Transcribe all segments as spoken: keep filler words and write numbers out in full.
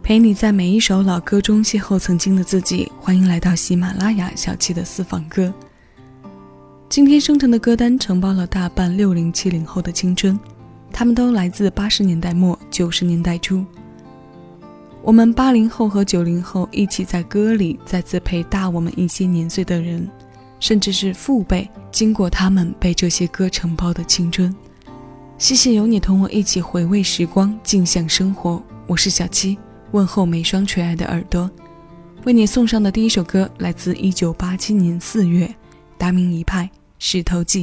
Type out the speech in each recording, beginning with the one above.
陪你在每一首老歌中邂逅曾经的自己。欢迎来到喜马拉雅小七的私房歌。今天生成的歌单承包了大半六零七零后的青春，他们都来自八十年代末九十年代初。我们八零后和九零后一起在歌里再次陪大我们一些年岁的人，甚至是父辈，经过他们被这些歌承包的青春。谢谢有你同我一起回味时光，静享生活。我是小七，问候每双垂爱的耳朵。为你送上的第一首歌来自一九八七年四月，达明一派《石头记》。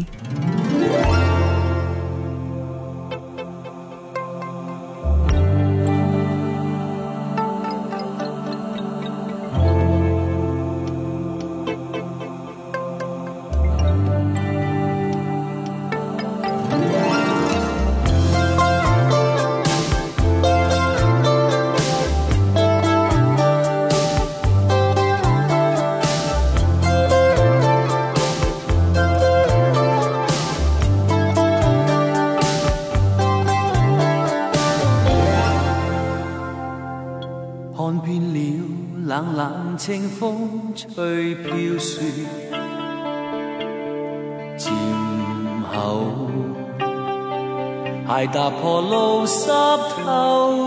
看遍了冷冷清风吹飘雪，漸後鞋踏破路濕透，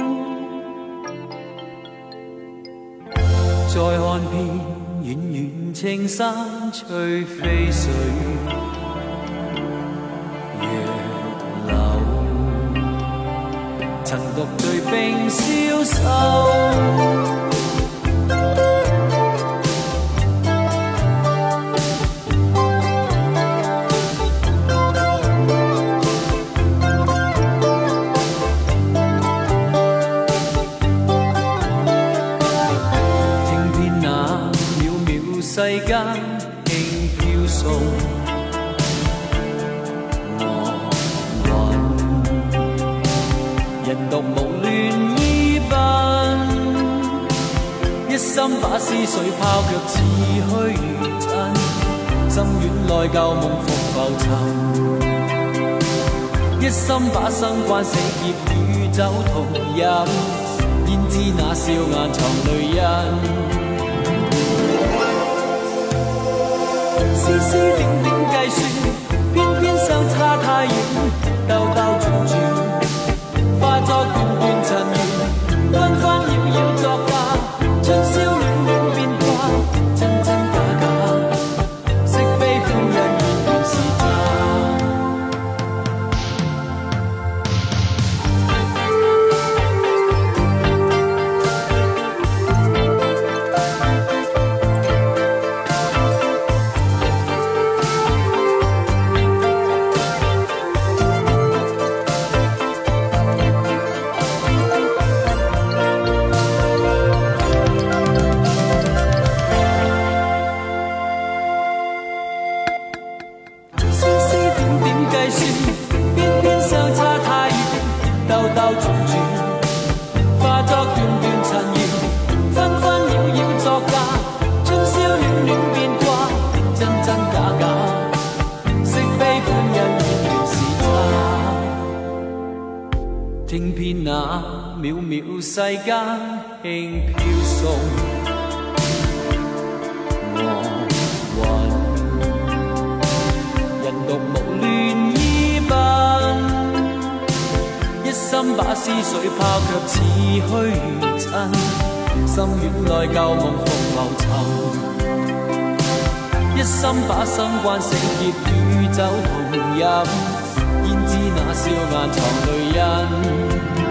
再看遍遠遠青山吹飛水，若流曾獨對冰消瘦。世間輕飄送我魂，人獨無戀依奔，一心把思緒拋卻似虛如真，心軟內舊夢復浮沉，一心把生關死劫與酒同飲，焉知那笑顏藏淚印。絲絲點點計算，偏偏相差太遠，兜兜轉轉，化作段段塵緣，紛紛擾擾作假，春宵暖暖變卦，真真假假，惜悲歡欣原原是假。聽遍那渺渺世間輕飄送我魂，人獨無戀依奔，一心把思緒拋卻似虛如真，心軟內舊夢復浮沉，一心把生關死劫與酒同飲，焉知那笑顏藏淚印。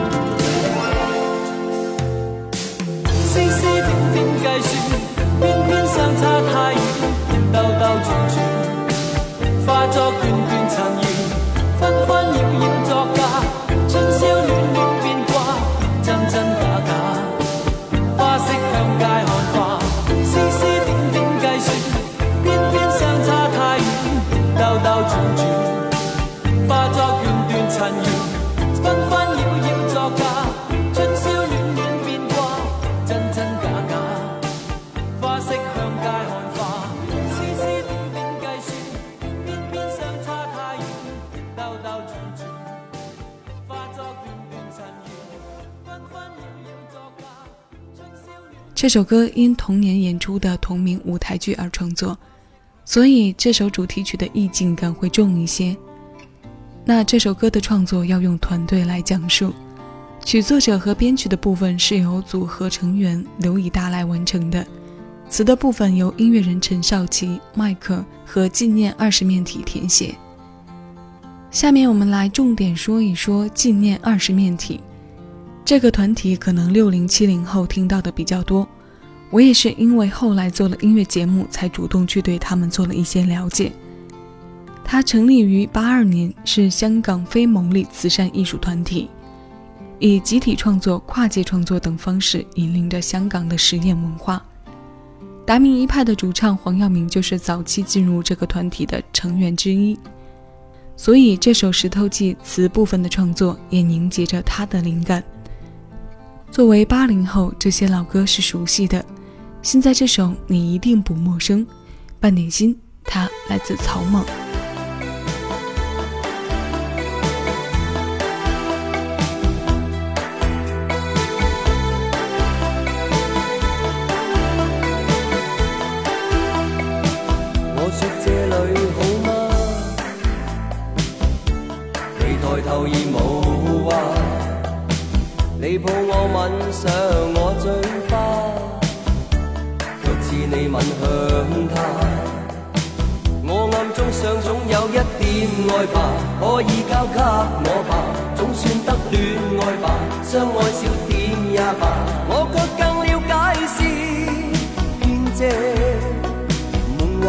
絲絲點點計算，偏偏相差太遠，兜兜轉轉，化作段段塵緣，紛紛擾擾作假，春宵暖暖變卦，真真假假，花色向街看花。絲絲點點計算，偏偏相差太遠，兜兜轉轉，化作段段塵緣，紛紛擾这首歌因同年演出的同名舞台剧而创作，所以这首主题曲的意境感会重一些。那这首歌的创作要用团队来讲述，曲作者和编曲的部分是由组合成员刘以达来完成的，词的部分由音乐人陈少琪、麦克和纪念二十面体填写。下面我们来重点说一说纪念二十面体。这个团体可能六零七零后听到的比较多，我也是因为后来做了音乐节目才主动去对他们做了一些了解。它成立于八二年，是香港非牟利慈善艺术团体，以集体创作、跨界创作等方式引领着香港的实验文化。达明一派的主唱黄耀明就是早期进入这个团体的成员之一，所以这首《石头记》词部分的创作也凝结着他的灵感。作为八零后，这些老歌是熟悉的，现在这首你一定不陌生，半点心，它来自草蜢。 我說這裏好嗎？你抬頭而無話，你抱我吻上我嘴巴，卻似你吻向他。我暗中想總有一點愛吧，可以交給我吧，總算得戀愛吧，相愛少點也罷，我卻更了解是偏這夢話。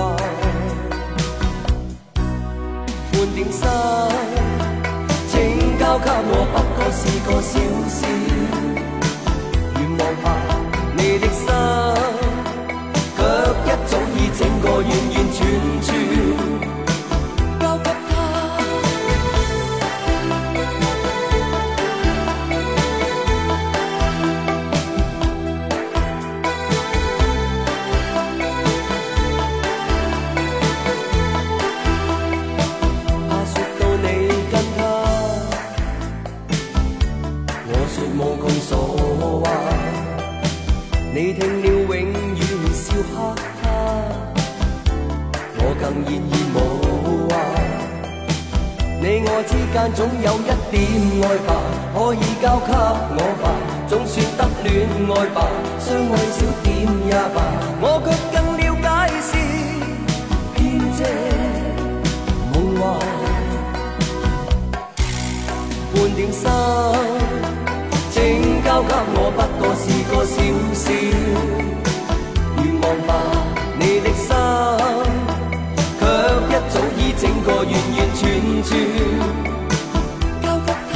半點心，請交給我，不過是個小事。願望吧，你的心，卻一早已整個完完全全交給他。你聽了永遠笑哈哈，我更現已無話。你我之間總有一點愛吧，可以交給我吧，總算得戀愛吧，相愛少點也罷，我卻更了解是偏這夢話。半點心，請交給我，不過是個小事。願望吧，你的心，卻一早已整個完完全全交給他。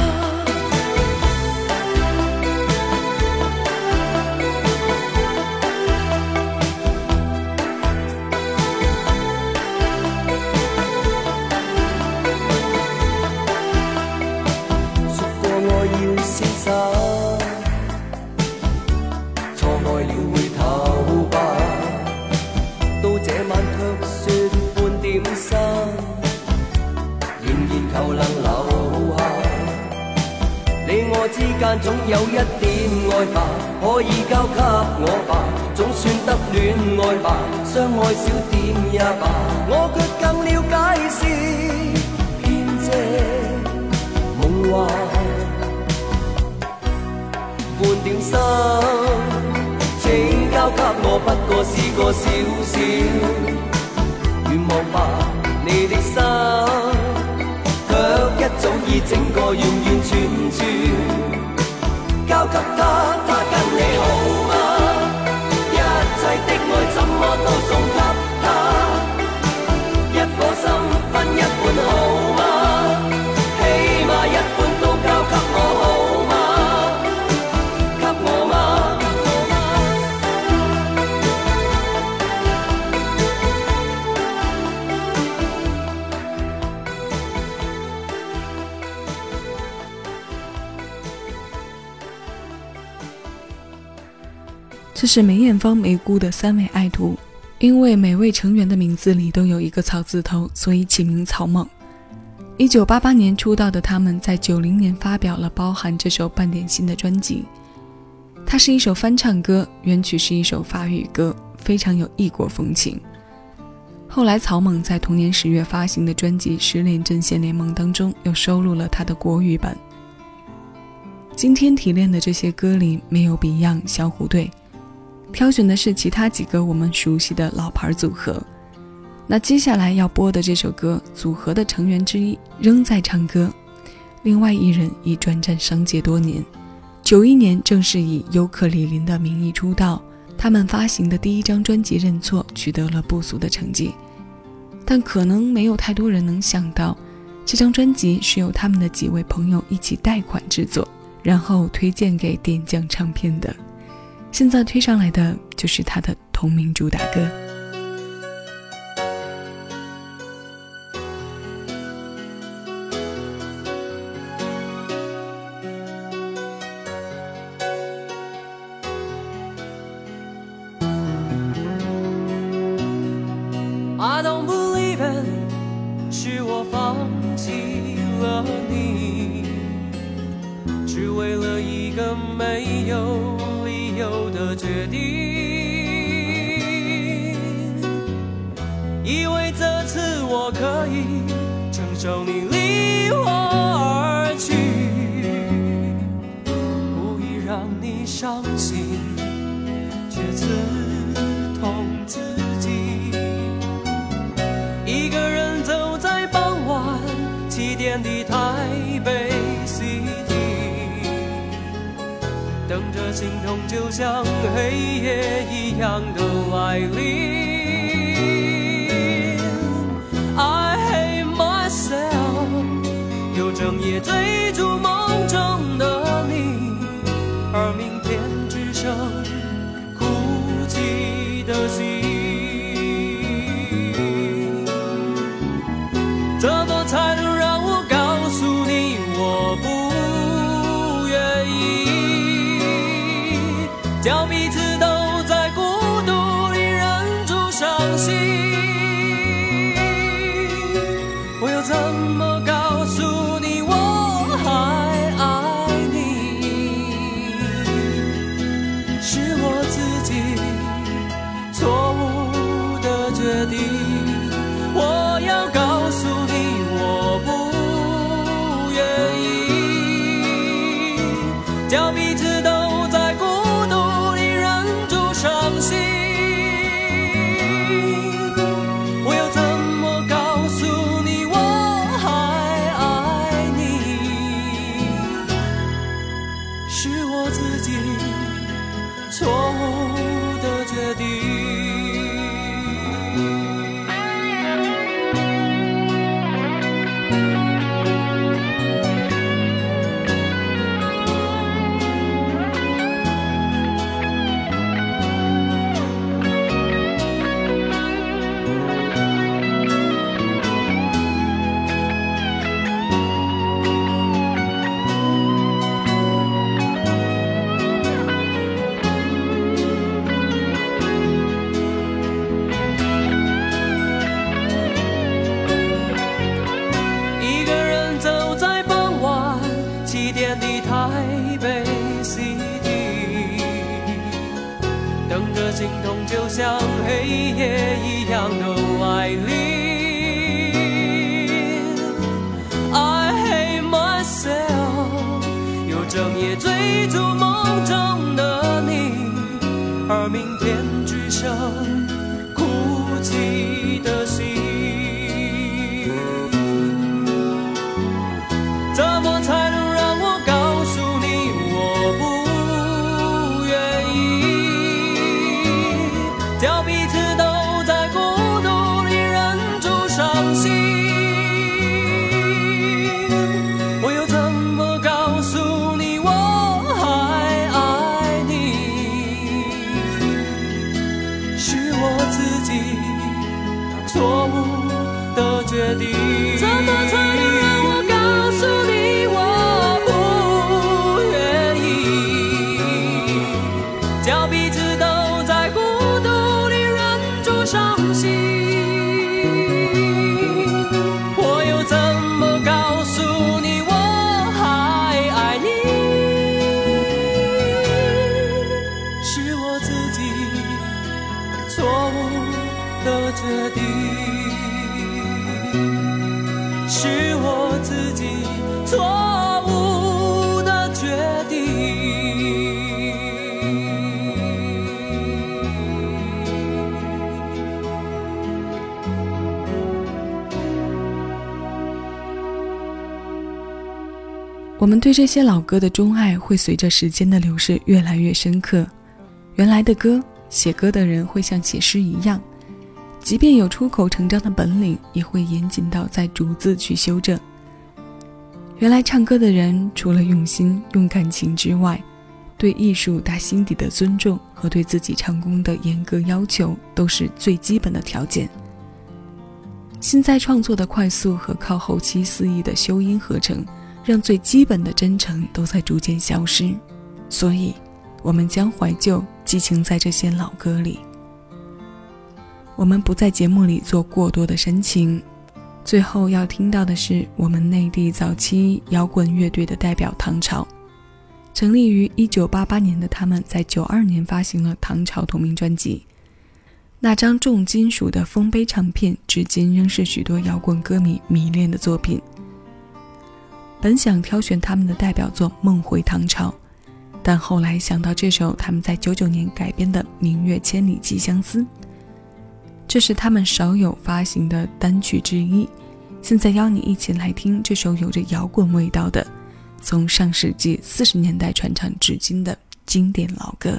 說過我要瀟灑，之間總有一點愛吧，可以交給我吧，總算得戀愛吧，相愛少點也罷，我卻更了解是偏這夢話。半點心，請交給我，不過是個小事。願望吧，你的心，卻一早已整個完完全全交給他，他跟你好嗎？一切的愛怎麼都送給他，一顆心分一半好嗎？起碼一半都交給我好嗎？給我嗎？ 这是梅艳芳梅姑的三位爱徒，因为每位成员的名字里都有一个草字头，所以起名草蜢。一九八八年出道的他们在九零年发表了包含这首半点心的专辑，它它是一首翻唱歌，原曲是一首法语歌，非常有异国风情。后来草蜢在同年十月发行的专辑《失恋阵线联盟》当中又收录了他的国语版。今天提炼的这些歌里没有 Beyond 小虎队，挑选的是其他几个我们熟悉的老牌组合。那接下来要播的这首歌，组合的成员之一仍在唱歌，另外一人已转战商界多年。九一年正是以尤克里林的名义出道，他们发行的第一张专辑《认错》取得了不俗的成绩，但可能没有太多人能想到，这张专辑是由他们的几位朋友一起贷款制作，然后推荐给点将唱片的。现在推上来的就是他的同名主打歌。 I don't believe it， 是我放弃了你，只为了一个没有理由的决定。以为这次我可以承受你离我而去，故意让你伤心，却刺痛自己。一个人走在傍晚七点的台北 City， 等着心痛就像黑夜一样的来临。I hate myself， 又整夜追逐梦中的你，而明天只剩哭泣的心。怎么才能让我告诉你我不愿意，叫彼此都在孤独里忍住伤心。我又怎么告诉你我还爱你，是我自己错误的决定。我要告诉你我不愿意，叫彼此都在孤独里忍住伤心。我又怎么告诉你我还爱你，是我自己错误的决定。七点的台北 City， 等着心痛就像黑夜一样的来临。I hate myself， 又整夜追逐梦中的你，而明天只剩哭泣的心。怎么才能让我告诉你我不愿意，叫彼此都在孤独里忍住伤心。我又怎么告诉你我还爱你，是我自己错误的决定。怎么才能让我告诉你我不愿意，叫彼此都在孤独里忍住伤心。我又怎么告诉你我还爱你， 我们对这些老歌的钟爱会随着时间的流逝越来越深刻。原来的歌，写歌的人会像写诗一样，即便有出口成章的本领，也会严谨到再逐字去修正。原来唱歌的人除了用心用感情之外，对艺术打心底的尊重和对自己唱功的严格要求都是最基本的条件。现在创作的快速和靠后期肆意的修音合成，让最基本的真诚都在逐渐消失，所以我们将怀旧寄情在这些老歌里。我们不在节目里做过多的煽情，最后要听到的是我们内地早期摇滚乐队的代表唐朝。成立于一九八八年的他们在九二年发行了唐朝同名专辑，那张重金属的丰碑唱片至今仍是许多摇滚歌迷迷恋的作品。本想挑选他们的代表作《梦回唐朝》，但后来想到这首他们在九九年改编的《明月千里寄相思》，这是他们少有发行的单曲之一。现在邀你一起来听这首有着摇滚味道的，从上世纪四十年代传唱至今的经典老歌。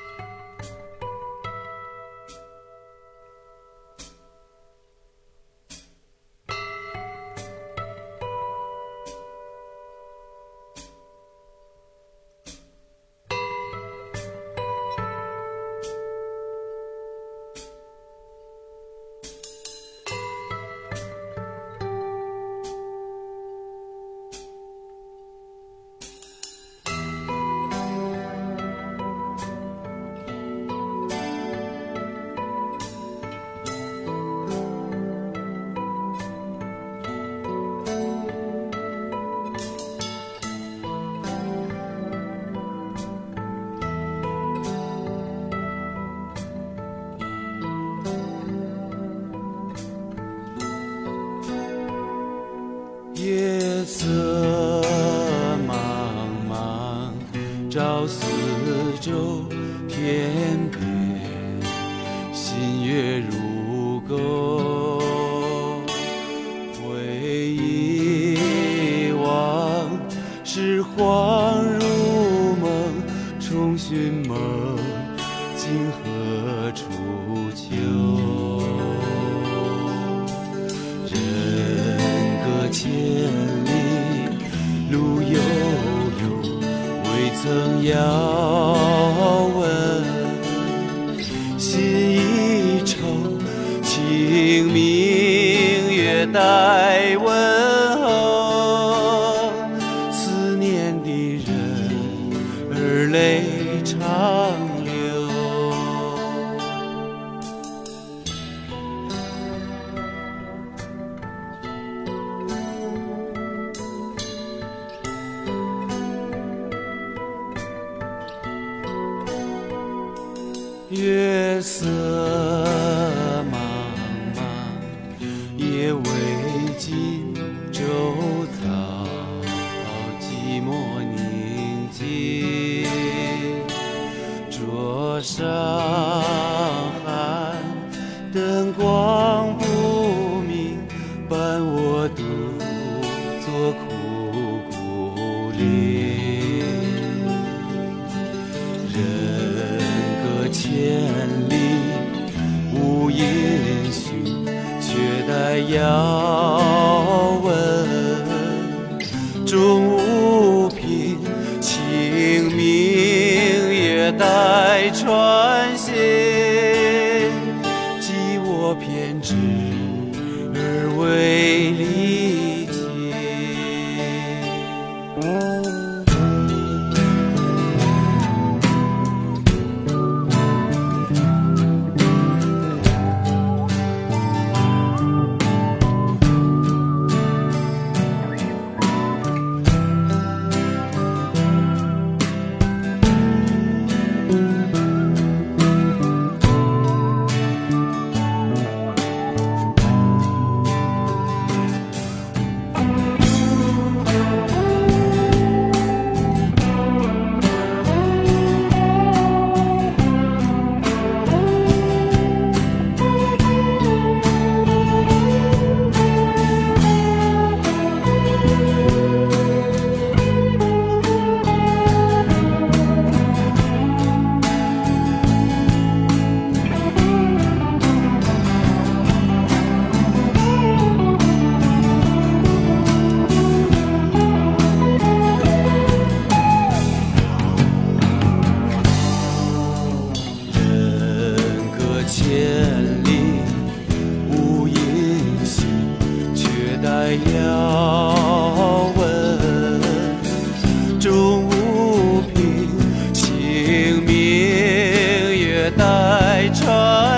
夜色茫茫，照四周天边，新月如钩。回忆往事，恍如梦，重寻梦今何处求？千里路悠悠，未曾遥问。心一愁，清明月待问候。思念的人儿泪长流。月色茫茫，夜未尽，舟草寂寞宁静。桌上寒，灯光不明，伴我独坐枯骨林。千里无音讯，却待遥问。终无凭，清明月待传信。寄我偏执而为离情。 帶出